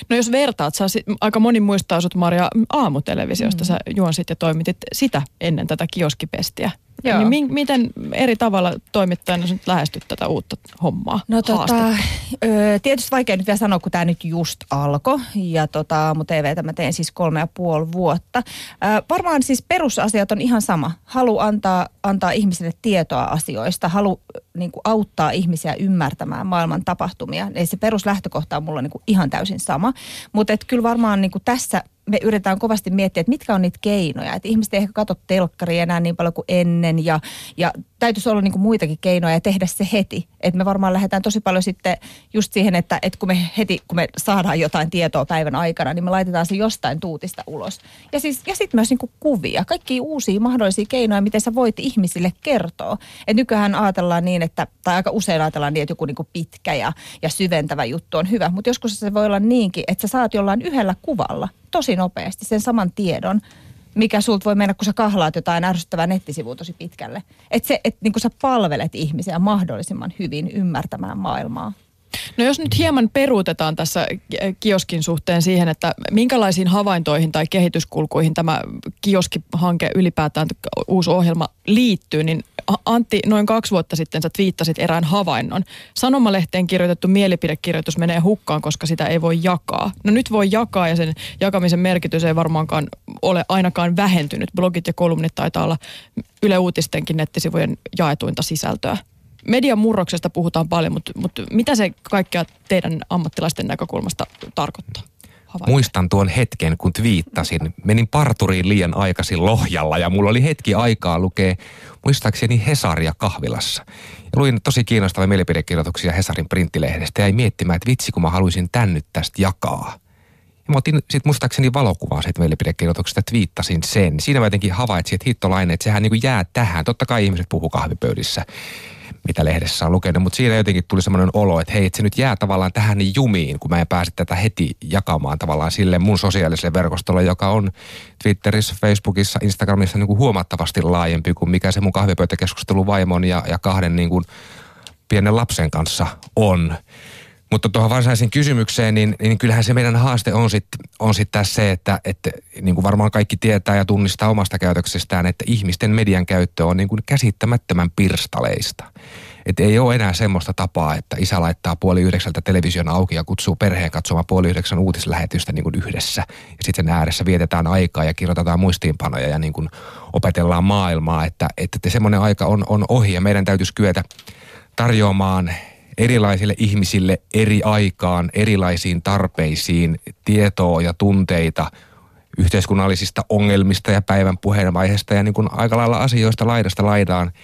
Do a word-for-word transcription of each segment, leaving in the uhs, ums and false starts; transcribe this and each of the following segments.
No jos vertaat, sä, aika moni muistaa sut, Maria, aamutelevisiosta. Mm. Sä juonsit ja toimitit sitä ennen tätä kioskipestiä. Joo. Niin mi- miten eri tavalla toimittajana nyt lähestyt tätä uutta hommaa, no tota, ö, tietysti vaikea nyt vielä sanoa, kun tämä nyt just alkoi. Ja tota, aamu T V:tä mä teen siis kolme ja puoli vuotta. Ö, varmaan siis perusasiat on ihan sama. Halu antaa, antaa ihmisille tietoa asioista. Halu niin kuin auttaa ihmisiä ymmärtämään maailman tapahtumia. Eli se peruslähtökohta on mulla niin kuin ihan täysin sama. Mutta kyllä varmaan niin kuin tässä me yritetään kovasti miettiä, että mitkä on niitä keinoja. Että ihmiset ei ehkä katso telkkaria enää niin paljon kuin ennen ja, ja täytyisi olla niin kuin muitakin keinoja ja tehdä se heti. Että me varmaan lähdetään tosi paljon sitten just siihen, että, että kun me heti, kun me saadaan jotain tietoa päivän aikana, niin me laitetaan se jostain tuutista ulos. Ja, siis, ja sitten myös niin kuin kuvia, kaikkia uusia mahdollisia keinoja, miten sä voit ihmisille kertoa. Että nykyään ajatellaan niin, että, tai aika usein ajatellaan niin, että joku niin kuin pitkä ja, ja syventävä juttu on hyvä. Mutta joskus se voi olla niinkin, että sä saat jollain yhdellä kuvalla tosi nopeasti sen saman tiedon, mikä sulta voi mennä, kun sä kahlaat jotain ärsyttävää nettisivua tosi pitkälle. Että se, että niin sä palvelet ihmisiä mahdollisimman hyvin ymmärtämään maailmaa. No jos nyt hieman peruutetaan tässä kioskin suhteen siihen, että minkälaisiin havaintoihin tai kehityskulkuihin tämä kioskihanke ylipäätään uusi ohjelma liittyy, niin Antti, noin kaksi vuotta sitten sä twiittasit erään havainnon. Sanomalehteen kirjoitettu mielipidekirjoitus menee hukkaan, koska sitä ei voi jakaa. No nyt voi jakaa ja sen jakamisen merkitys ei varmaankaan ole ainakaan vähentynyt. Blogit ja kolumnit taitaa olla Yle Uutistenkin nettisivujen jaetuinta sisältöä. Median murroksesta puhutaan paljon, mutta, mutta mitä se kaikkea teidän ammattilaisten näkökulmasta tarkoittaa? Havainto. Muistan tuon hetken, kun twiittasin. Menin parturiin liian aikaisin Lohjalla ja mulla oli hetki aikaa lukea muistaakseni Hesaria kahvilassa. Ja luin tosi kiinnostavia mielipidekirjoituksia Hesarin printtilehdestä ja jäin miettimään, että vitsi kun mä haluaisin tän nyt tästä jakaa. Ja mä otin sitten muistaakseni valokuvaa siitä mielipidekirjoituksesta ja twiittasin sen. Siinä mä jotenkin havaitsin, että hittolainen, että sehän niin kuin jää tähän. Totta kai ihmiset puhuu kahvipöydissä, mitä lehdessä on lukenut, mutta siinä jotenkin tuli semmoinen olo, että hei, että se nyt jää tavallaan tähän niin jumiin, kun mä en pääse tätä heti jakamaan tavallaan sille mun sosiaaliselle verkostolle, joka on Twitterissä, Facebookissa, Instagramissa niin kuin huomattavasti laajempi kuin mikä se mun kahvipöytäkeskustelu vaimon ja, ja kahden niin kuin pienen lapsen kanssa on. Mutta tuohon varsinaiseen kysymykseen, niin, niin kyllähän se meidän haaste on sitten on sit tässä se, että, että niin kuin varmaan kaikki tietää ja tunnistaa omasta käytöksestään, että ihmisten median käyttö on niin kuin käsittämättömän pirstaleista. Että ei ole enää semmoista tapaa, että isä laittaa puoli yhdeksältä television auki ja kutsuu perheen katsomaan puoli yhdeksän uutislähetystä niin kuin yhdessä. Ja sitten sen ääressä vietetään aikaa ja kirjoitetaan muistiinpanoja ja niin kuin opetellaan maailmaa, että, että semmoinen aika on, on ohi ja meidän täytyisi kyetä tarjoamaan erilaisille ihmisille eri aikaan, erilaisiin tarpeisiin, tietoa ja tunteita yhteiskunnallisista ongelmista ja päivän puheenvaiheesta ja niin kuin aika lailla asioista laidasta laidaan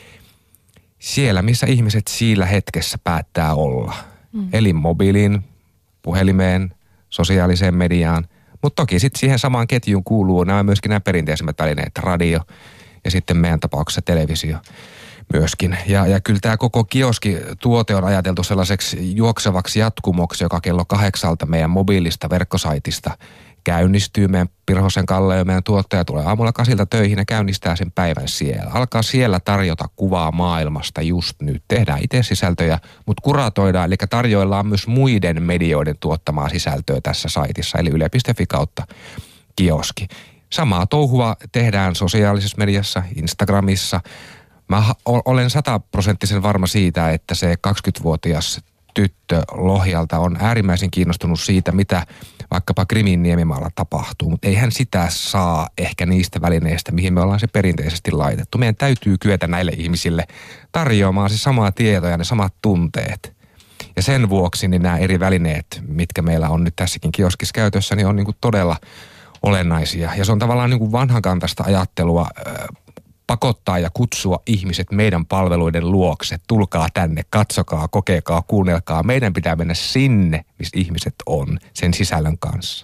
siellä, missä ihmiset sillä hetkessä päättää olla. Mm. Eli mobiiliin, puhelimeen, sosiaaliseen mediaan, mutta toki sitten siihen samaan ketjuun kuuluu nämä myöskin nämä perinteisemmät välineet, radio ja sitten meidän tapauksessa televisio myöskin. Ja, ja kyllä tämä koko kioskituote on ajateltu sellaiseksi juoksevaksi jatkumoksi, joka kello kahdeksalta meidän mobiilista verkkosaitista käynnistyy. Meidän Pirhosen Kalle ja meidän tuottaja tulee aamulla kasilta töihin ja käynnistää sen päivän siellä. Alkaa siellä tarjota kuvaa maailmasta just nyt. Tehdään itse sisältöjä, mutta kuratoidaan, eli tarjoillaan myös muiden medioiden tuottamaa sisältöä tässä saitissa, eli yle piste fi kautta kioski. Samaa touhua tehdään sosiaalisessa mediassa, Instagramissa. Mä olen sataprosenttisen varma siitä, että se kaksikymmentävuotias tyttö Lohjalta on äärimmäisen kiinnostunut siitä, mitä vaikkapa Krimin niemimaalla tapahtuu, mutta ei hän sitä saa ehkä niistä välineistä, mihin me ollaan se perinteisesti laitettu. Meidän täytyy kyetä näille ihmisille tarjoamaan se samaa tietoa ja ne samat tunteet. Ja sen vuoksi niin nämä eri välineet, mitkä meillä on nyt tässäkin kioskissa käytössä, niin on niin kuin todella olennaisia. Ja se on tavallaan niin kuin vanhakantaista ajattelua pakottaa ja kutsua ihmiset meidän palveluiden luokse. Tulkaa tänne, katsokaa, kokekaa, kuunnelkaa. Meidän pitää mennä sinne, missä ihmiset on, sen sisällön kanssa.